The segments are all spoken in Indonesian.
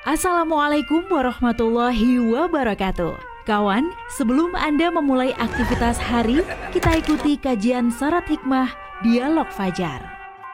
Assalamualaikum warahmatullahi wabarakatuh. Kawan, sebelum Anda memulai aktivitas hari, kita ikuti kajian syarat hikmah Dialog Fajar.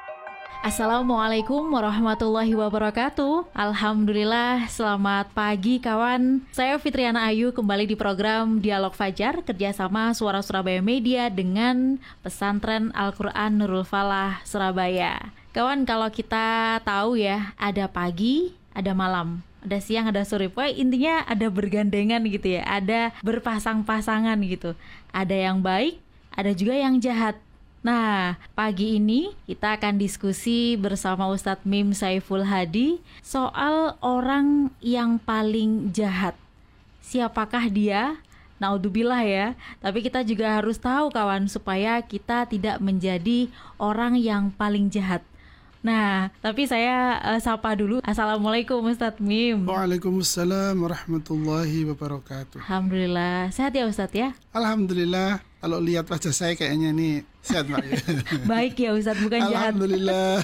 Assalamualaikum warahmatullahi wabarakatuh. Alhamdulillah, selamat pagi kawan. Saya Fitriana Ayu kembali di program Dialog Fajar kerjasama Suara Surabaya Media dengan Pesantren Al-Quran Nurul Falah Surabaya. Kawan, kalau kita tahu ya, ada pagi, ada malam, ada siang, ada sore. Pokoknya intinya ada bergandengan gitu ya, ada berpasang-pasangan gitu. Ada yang baik, ada juga yang jahat. Nah, pagi ini kita akan diskusi bersama Ustadz Mim Saiful Hadi soal orang yang paling jahat. Siapakah dia? Naudzubillah ya. Tapi kita juga harus tahu kawan, supaya kita tidak menjadi orang yang paling jahat. Nah, tapi saya sapa dulu. Assalamualaikum Ustadz Mim. Waalaikumsalam warahmatullahi wabarakatuh. Alhamdulillah, sehat ya Ustadz ya? Alhamdulillah, kalau lihat wajah saya kayaknya nih sehat Mbak. Baik ya Ustadz, bukan jahat. Alhamdulillah,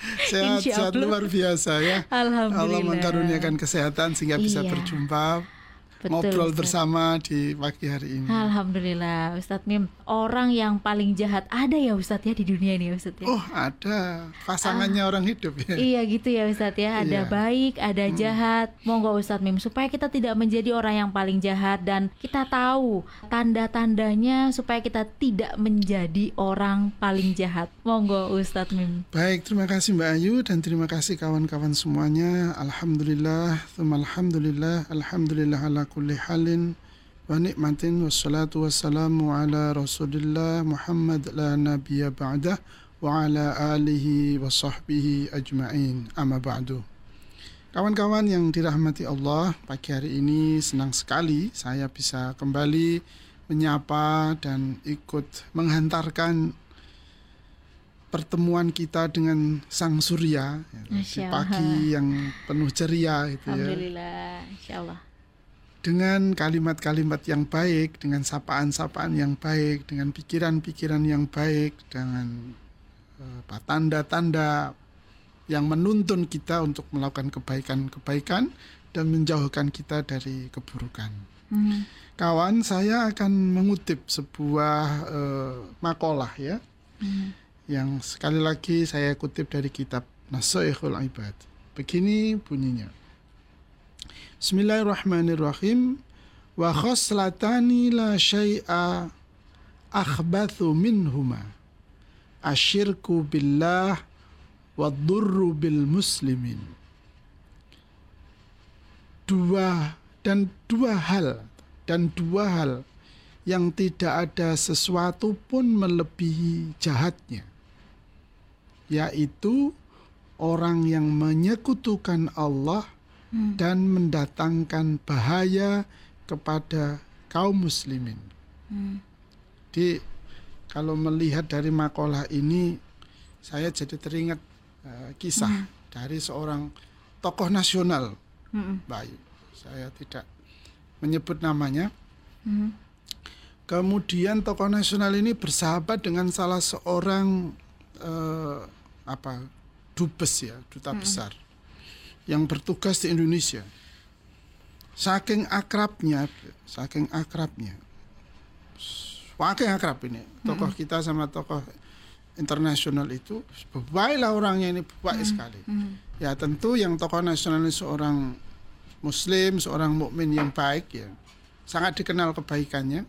sehat luar biasa ya. Alhamdulillah. Allah mengaruniakan kesehatan sehingga bisa berjumpa. Betul, ngobrol Ustaz. Bersama di pagi hari ini. Alhamdulillah Ustadz Mim. Orang yang paling jahat ada ya Ustadz ya di dunia ini Ustadz ya? Oh ada, pasangannya orang hidup ya. Iya gitu ya Ustadz ya. Ada baik, ada jahat. Monggo Ustadz Mim, supaya kita tidak menjadi orang yang paling jahat dan kita tahu tanda-tandanya supaya kita tidak menjadi orang paling jahat. Monggo Ustadz Mim. Baik, terima kasih Mbak Ayu dan terima kasih kawan-kawan semuanya. Alhamdulillah, alhamdulillah, alhamdulillah ala kulli halin wa nikmatin wassalatu wassalamu ala rasulillah Muhammad la nabiyya ba'dah wa ala alihi wa sahbihi ajma'in, amma ba'du. Kawan-kawan yang dirahmati Allah, pagi hari ini senang sekali saya bisa kembali menyapa dan ikut menghantarkan pertemuan kita dengan Sang Surya di pagi yang penuh ceria itu ya. Alhamdulillah, insyaallah. Dengan kalimat-kalimat yang baik, dengan sapaan-sapaan yang baik, dengan pikiran-pikiran yang baik, dengan tanda-tanda yang menuntun kita untuk melakukan kebaikan-kebaikan dan menjauhkan kita dari keburukan. Kawan, saya akan mengutip sebuah makalah ya, yang sekali lagi saya kutip dari kitab Nashaikhul Ibad. Begini bunyinya. Bismillahirrahmanirrahim. Wa khoslatani la syai'a akhbathu minhuma asyirku billah wa dhurru bil muslimin. Dua hal yang tidak ada sesuatu pun melebihi jahatnya, yaitu orang yang menyekutukan Allah dan mendatangkan bahaya kepada kaum muslimin. Jadi kalau melihat dari makalah ini, saya jadi teringat kisah dari seorang tokoh nasional, Bayu. Saya tidak menyebut namanya. Kemudian tokoh nasional ini bersahabat dengan salah seorang dubes ya, duta besar yang bertugas di Indonesia. Saking akrabnya, saking akrab ini tokoh kita sama tokoh internasional itu. Baiklah orangnya ini, baik sekali. Ya tentu yang tokoh nasional ini seorang muslim, seorang mukmin yang baik ya, sangat dikenal kebaikannya.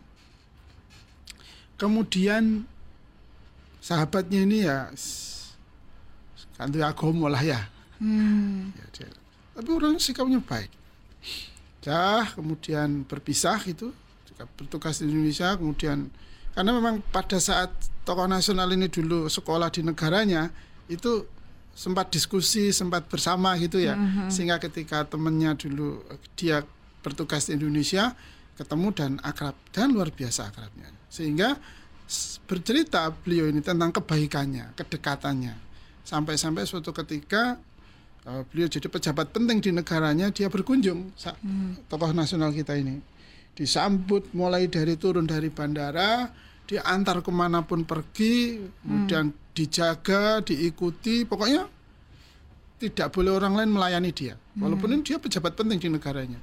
Kemudian sahabatnya ini ya kantu agama lah ya. Ya, tapi orang sikapnya baik. Kemudian berpisah itu, bertugas di Indonesia. Kemudian karena memang pada saat tokoh nasional ini dulu sekolah di negaranya, itu sempat diskusi, sempat bersama gitu ya. Sehingga ketika temannya dulu dia bertugas di Indonesia, ketemu dan akrab, dan luar biasa akrabnya. Sehingga bercerita beliau ini tentang kebaikannya, kedekatannya. Sampai-sampai suatu ketika beliau jadi pejabat penting di negaranya, dia berkunjung, tokoh nasional kita ini. Disambut mulai dari turun dari bandara, diantar kemanapun pergi, kemudian dijaga, diikuti, pokoknya tidak boleh orang lain melayani dia, walaupun dia pejabat penting di negaranya.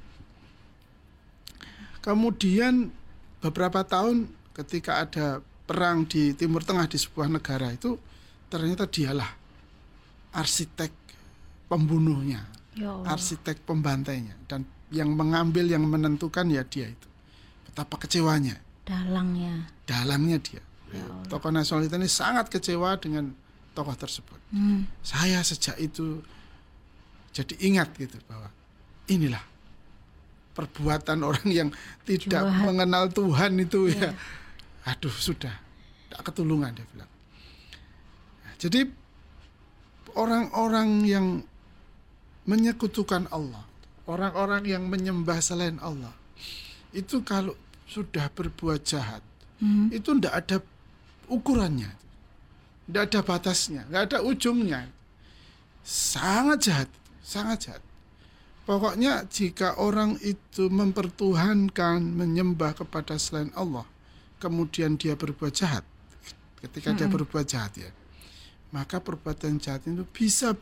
Kemudian beberapa tahun ketika ada perang di Timur Tengah di sebuah negara itu, ternyata dialah arsitek pembunuhnya, arsitek pembantainya, dan yang mengambil, yang menentukan ya dia itu. Betapa kecewanya. Dalangnya dia. Tokoh nasionalis ini sangat kecewa dengan tokoh tersebut. Saya sejak itu jadi ingat gitu bahwa inilah perbuatan orang yang tidak mengenal Tuhan itu ya. Aduh, sudah tidak ketulungan, dia bilang. Jadi orang-orang yang menyekutukan Allah, orang-orang yang menyembah selain Allah, itu kalau sudah berbuat jahat, itu tidak ada ukurannya, tidak ada batasnya, tidak ada ujungnya. Sangat jahat, sangat jahat. Pokoknya jika orang itu mempertuhankan, menyembah kepada selain Allah, kemudian dia berbuat jahat, ketika dia berbuat jahat ya, maka perbuatan jahat itu bisa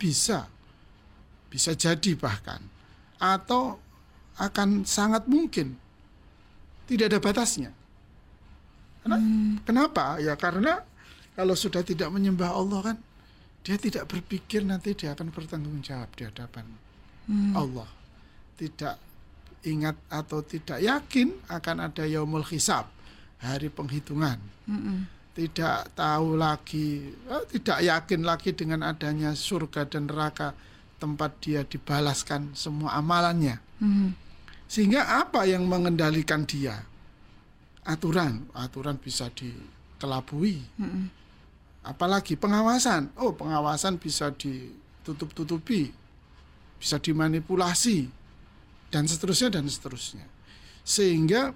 jadi bahkan, atau akan sangat mungkin tidak ada batasnya. Kenapa? Ya karena kalau sudah tidak menyembah Allah kan, dia tidak berpikir nanti dia akan bertanggung jawab di hadapan Allah. Tidak ingat atau tidak yakin akan ada yaumul hisab, hari penghitungan. Tidak tahu lagi, tidak yakin lagi dengan adanya surga dan neraka, tempat dia dibalaskan semua amalannya. Sehingga apa yang mengendalikan dia? Aturan bisa dikelabui. Apalagi pengawasan. Pengawasan bisa ditutup-tutupi, bisa dimanipulasi, dan seterusnya. Sehingga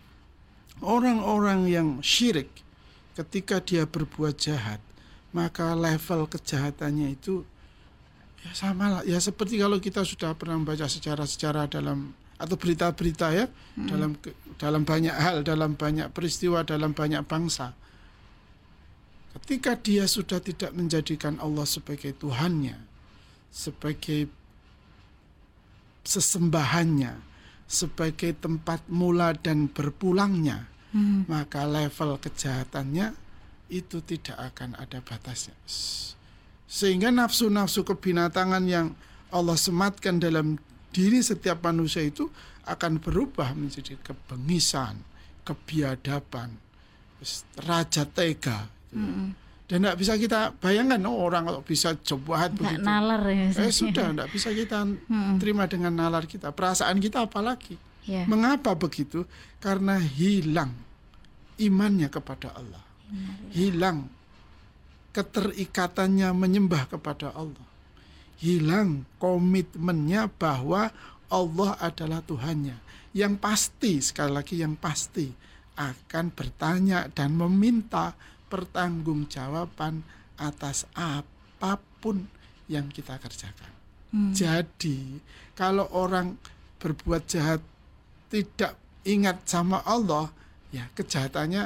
orang-orang yang syirik, ketika dia berbuat jahat, maka level kejahatannya itu ya sama lah. Ya seperti kalau kita sudah pernah membaca sejarah-sejarah dalam atau berita-berita ya, dalam banyak hal, dalam banyak peristiwa, dalam banyak bangsa. Ketika dia sudah tidak menjadikan Allah sebagai Tuhannya, sebagai sesembahannya, sebagai tempat mula dan berpulangnya, maka level kejahatannya itu tidak akan ada batasnya. Sehingga nafsu-nafsu kebinatangan yang Allah sematkan dalam diri setiap manusia itu akan berubah menjadi kebengisan, kebiadaban, raja tega. Dan tidak bisa kita bayangkan orang kalau bisa jahat begitu. Nalar ya. Sudah tidak bisa kita terima dengan nalar kita. Perasaan kita apalagi. Mengapa begitu? Karena hilang imannya kepada Allah. Hilang keterikatannya menyembah kepada Allah. Hilang komitmennya bahwa Allah adalah Tuhannya. Yang pasti, sekali lagi yang pasti, akan bertanya dan meminta pertanggungjawaban atas apapun yang kita kerjakan. Jadi, kalau orang berbuat jahat tidak ingat sama Allah, ya kejahatannya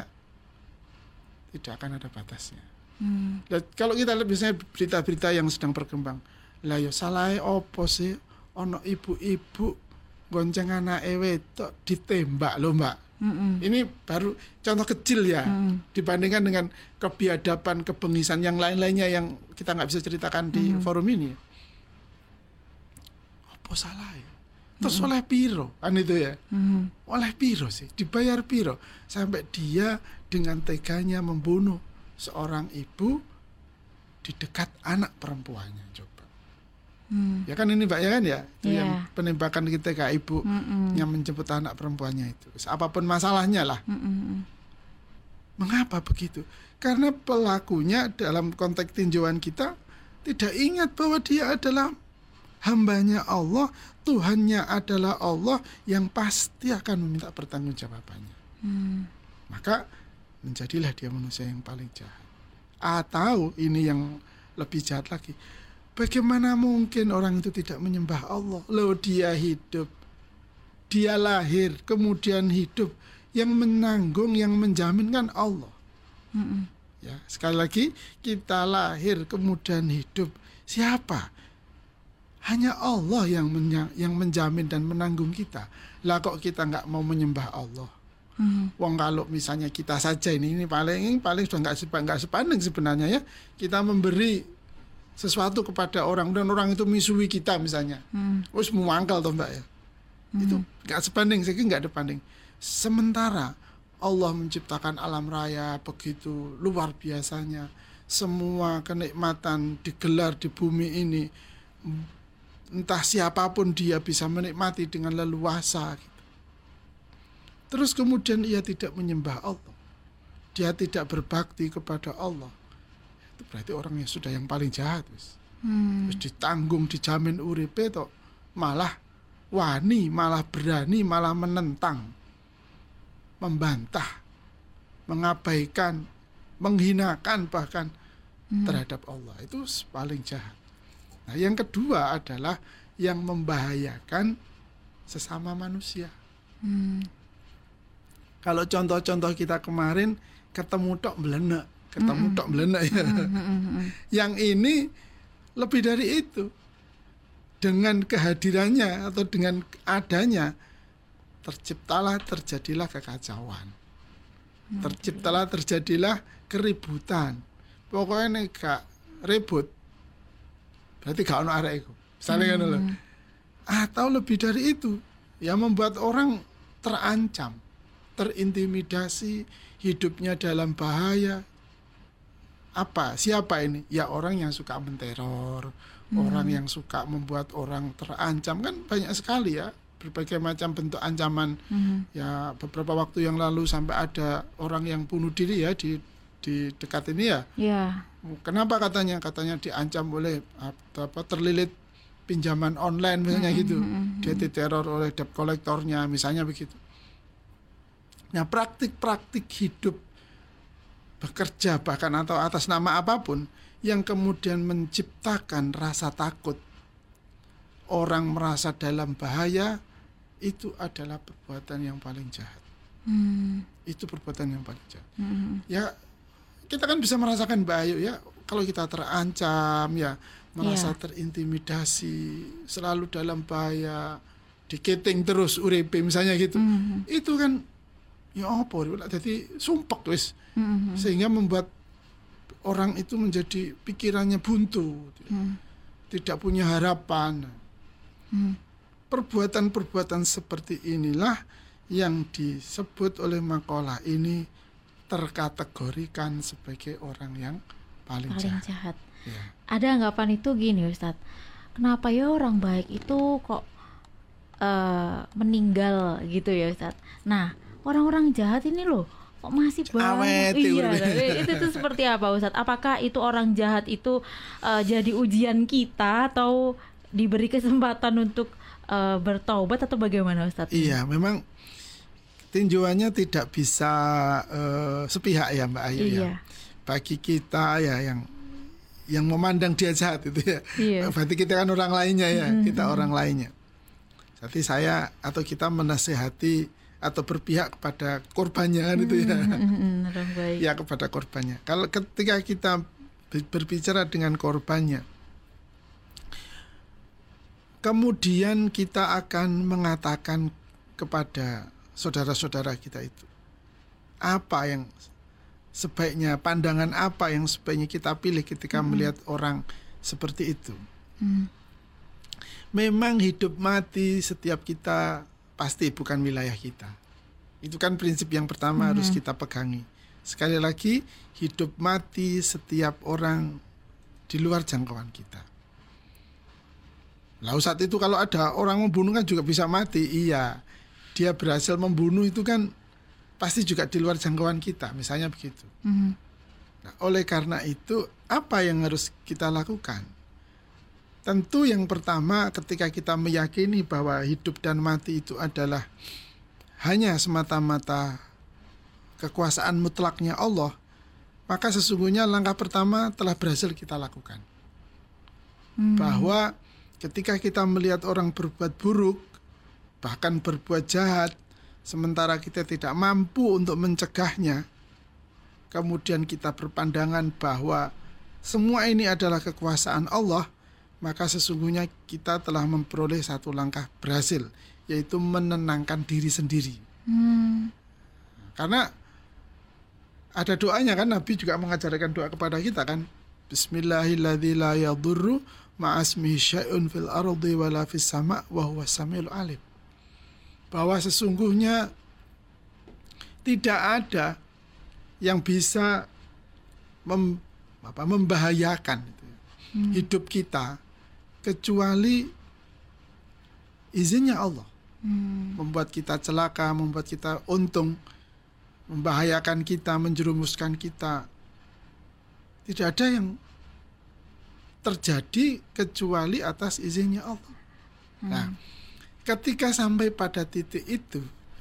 tidak akan ada batasnya. Dan kalau kita lihat misalnya berita-berita yang sedang berkembang, lah yo salahe opo sih ono ibu-ibu gonceng anake wedok ditembak lho, Mbak. Ini baru contoh kecil ya, dibandingkan dengan kebiadaban, kebengisan yang lain-lainnya yang kita nggak bisa ceritakan di forum ini. Apa salah ya? Terus oleh piro? Kan itu ya. Oleh piro sih? Dibayar piro? Sampai dia dengan teganya membunuh seorang ibu di dekat anak perempuannya. Coba. Ya kan ini Mbak ya kan ya, itu yang penembakan kita ke ibu yang menjemput anak perempuannya itu, apapun masalahnya lah. Mengapa begitu? Karena pelakunya dalam konteks tinjauan kita tidak ingat bahwa dia adalah hambanya Allah, Tuhannya adalah Allah yang pasti akan meminta pertanggungjawabannya. Maka menjadilah dia manusia yang paling jahat. Atau ini yang lebih jahat lagi, bagaimana mungkin orang itu tidak menyembah Allah? Loh, dia hidup, dia lahir, kemudian hidup. Yang menanggung, yang menjamin kan Allah. Ya, sekali lagi, kita lahir, kemudian hidup. Siapa hanya Allah yang menjamin dan menanggung kita. Lah kok kita nggak mau menyembah Allah? Wong kalau misalnya kita saja ini paling sudah nggak sepanding sebenarnya ya. Kita memberi sesuatu kepada orang dan orang itu misui kita misalnya. Wes muangkal toh Mbak ya. Itu nggak sebanding, saya kira nggak ada banding. Sementara Allah menciptakan alam raya begitu luar biasanya. Semua kenikmatan digelar di bumi ini. Entah siapapun dia bisa menikmati dengan leluasa. Gitu. Terus kemudian ia tidak menyembah Allah. Dia tidak berbakti kepada Allah. Itu berarti orang yang sudah yang paling jahat. Terus ditanggung, dijamin uripe toh, malah wani, malah berani, malah menentang, membantah, mengabaikan, menghinakan bahkan terhadap Allah. Itu paling jahat. Nah, yang kedua adalah yang membahayakan sesama manusia. Kalau contoh-contoh kita kemarin ketemu tok belenek ya. Yang ini lebih dari itu. Dengan kehadirannya atau dengan adanya terjadilah kekacauan. Terjadilah keributan. Pokoknya nek gak ribut berarti gak ono arek iku. Misalnya kan lho. Atau lebih dari itu, yang membuat orang terancam, terintimidasi, hidupnya dalam bahaya. Apa? Siapa ini? Ya orang yang suka menteror, orang yang suka membuat orang terancam. Kan banyak sekali ya, berbagai macam bentuk ancaman. Ya beberapa waktu yang lalu sampai ada orang yang bunuh diri ya di dekat ini ya. Kenapa katanya diancam oleh terlilit pinjaman online misalnya gitu. Dia diteror oleh debt kolektornya misalnya begitu. Nah, praktik-praktik hidup bekerja bahkan atau atas nama apapun yang kemudian menciptakan rasa takut, orang merasa dalam bahaya, itu adalah perbuatan yang paling jahat. Itu perbuatan yang paling jahat. Ya, kita kan bisa merasakan bahaya ya kalau kita terancam ya, merasa terintimidasi, selalu dalam bahaya, diketing terus uripe misalnya gitu. Itu kan ya apa jadi sumpek wis. Sehingga membuat orang itu menjadi pikirannya buntu. Tidak punya harapan. Perbuatan-perbuatan seperti inilah yang disebut oleh makalah ini terkategorikan sebagai orang yang paling jahat. Ya. Ada anggapan itu gini Ustadz, kenapa ya orang baik itu kok meninggal gitu ya Ustadz. Nah, orang-orang jahat ini loh kok masih banyak. Itu seperti apa Ustadz? Apakah itu orang jahat itu jadi ujian kita atau diberi kesempatan untuk bertaubat atau bagaimana Ustadz? Iya, memang tinjauannya tidak bisa sepihak ya Mbak Ayu ya. Bagi kita ya yang memandang dia jahat itu ya. Berarti kita kan orang lainnya ya, kita orang lainnya. Jadi saya atau kita menasehati atau berpihak kepada korbannya kan itu ya. Ya kepada korbannya. Kalau ketika kita berbicara dengan korbannya, kemudian kita akan mengatakan kepada saudara-saudara kita itu apa yang sebaiknya, pandangan apa yang sebaiknya kita pilih ketika melihat orang seperti itu. Memang hidup mati setiap kita pasti bukan wilayah kita. Itu kan prinsip yang pertama harus kita pegangi. Sekali lagi, hidup mati setiap orang di luar jangkauan kita. Lalu saat itu kalau ada orang membunuh kan juga bisa mati. Iya, dia berhasil membunuh itu kan pasti juga di luar jangkauan kita, misalnya begitu. Nah, oleh karena itu, apa yang harus kita lakukan? Tentu yang pertama ketika kita meyakini bahwa hidup dan mati itu adalah hanya semata-mata kekuasaan mutlaknya Allah, maka sesungguhnya langkah pertama telah berhasil kita lakukan. Bahwa ketika kita melihat orang berbuat buruk, bahkan berbuat jahat, sementara kita tidak mampu untuk mencegahnya, kemudian kita berpandangan bahwa semua ini adalah kekuasaan Allah, maka sesungguhnya kita telah memperoleh satu langkah berhasil, yaitu menenangkan diri sendiri. Karena ada doanya kan, Nabi juga mengajarkan doa kepada kita kan, Bismillahilladzi la yadurru ma'asmihi syai'un fil ardi wala fis sama' wa huwas samiul alim. Bahwa sesungguhnya tidak ada yang bisa membahayakan hidup kita kecuali izinnya Allah. Membuat kita celaka, membuat kita untung, membahayakan kita, menjerumuskan kita. Tidak ada yang terjadi kecuali atas izinnya Allah. Nah, ketika sampai pada titik itu,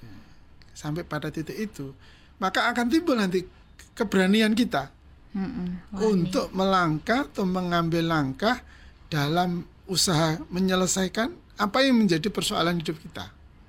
maka akan timbul nanti keberanian kita untuk melangkah atau mengambil langkah dalam usaha menyelesaikan apa yang menjadi persoalan hidup kita,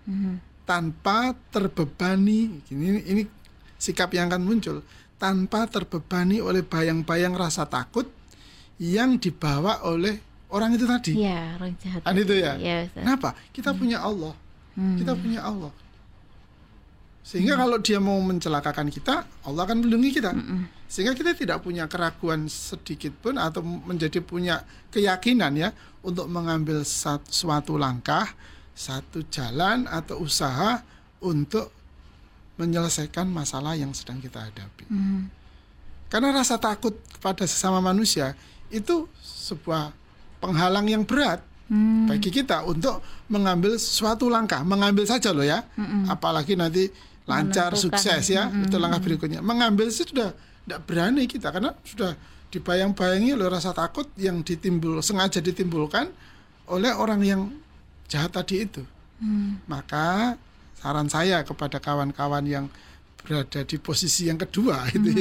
tanpa terbebani. Ini sikap yang akan muncul, tanpa terbebani oleh bayang-bayang rasa takut yang dibawa oleh orang itu tadi. Ya, orang jahat. Itu ya. Ya, kenapa? Kita punya Allah. Kita punya Allah. Sehingga kalau dia mau mencelakakan kita, Allah akan melindungi kita. Sehingga kita tidak punya keraguan sedikit pun atau menjadi punya keyakinan ya untuk mengambil suatu langkah, satu jalan atau usaha untuk menyelesaikan masalah yang sedang kita hadapi. Karena rasa takut kepada sesama manusia itu sebuah penghalang yang berat bagi kita untuk mengambil suatu langkah. Mengambil saja loh ya, apalagi nanti lancar, sukses ya, itu langkah berikutnya. Mengambil itu sudah tidak berani kita, karena sudah dibayang-bayangi oleh rasa takut yang sengaja ditimbulkan oleh orang yang jahat tadi itu. Maka saran saya kepada kawan-kawan yang berada di posisi yang kedua itu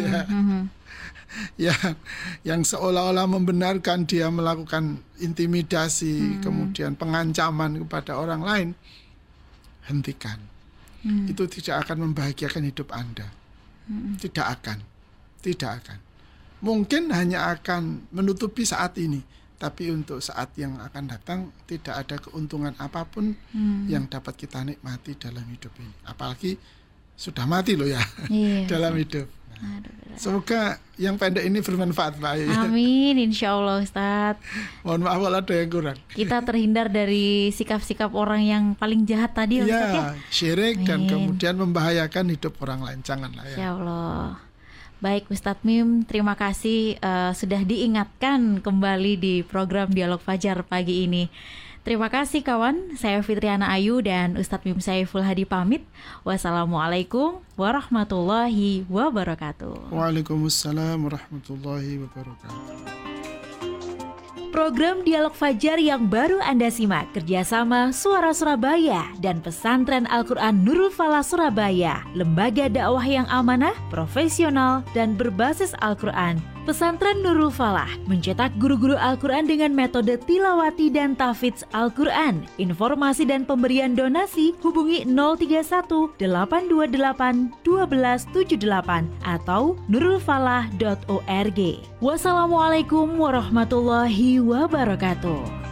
ya, yang seolah-olah membenarkan dia melakukan intimidasi, kemudian pengancaman kepada orang lain, hentikan. Itu tidak akan membahagiakan hidup Anda. Tidak akan. Mungkin hanya akan menutupi saat ini, tapi untuk saat yang akan datang tidak ada keuntungan apapun yang dapat kita nikmati dalam hidup ini. Apalagi sudah mati loh ya, dalam hidup. Semoga yang pendek ini bermanfaat, Pak. Amin, insya Allah, Ustadz. Mohon maaf kalau ada yang kurang. Kita terhindar dari sikap-sikap orang yang paling jahat tadi, Ustadz ya. Syirik dan kemudian membahayakan hidup orang lain. Janganlah ya. Insya Allah. Baik, Ustadz Mim, terima kasih sudah diingatkan kembali di program Dialog Fajar pagi ini. Terima kasih kawan, saya Fitriana Ayu dan Ustadz Mim Saiful Hadi pamit. Wassalamualaikum warahmatullahi wabarakatuh. Waalaikumsalam warahmatullahi wabarakatuh. Program Dialog Fajar yang baru Anda simak kerjasama Suara Surabaya dan Pesantren Al-Quran Nurul Falah Surabaya, lembaga dakwah yang amanah, profesional, dan berbasis Al-Quran. Pesantren Nurul Falah mencetak guru-guru Al-Quran dengan metode tilawati dan tahfidz Al-Quran. Informasi dan pemberian donasi hubungi 031 828 1278 atau nurulfalah.org. Wassalamualaikum warahmatullahi wabarakatuh.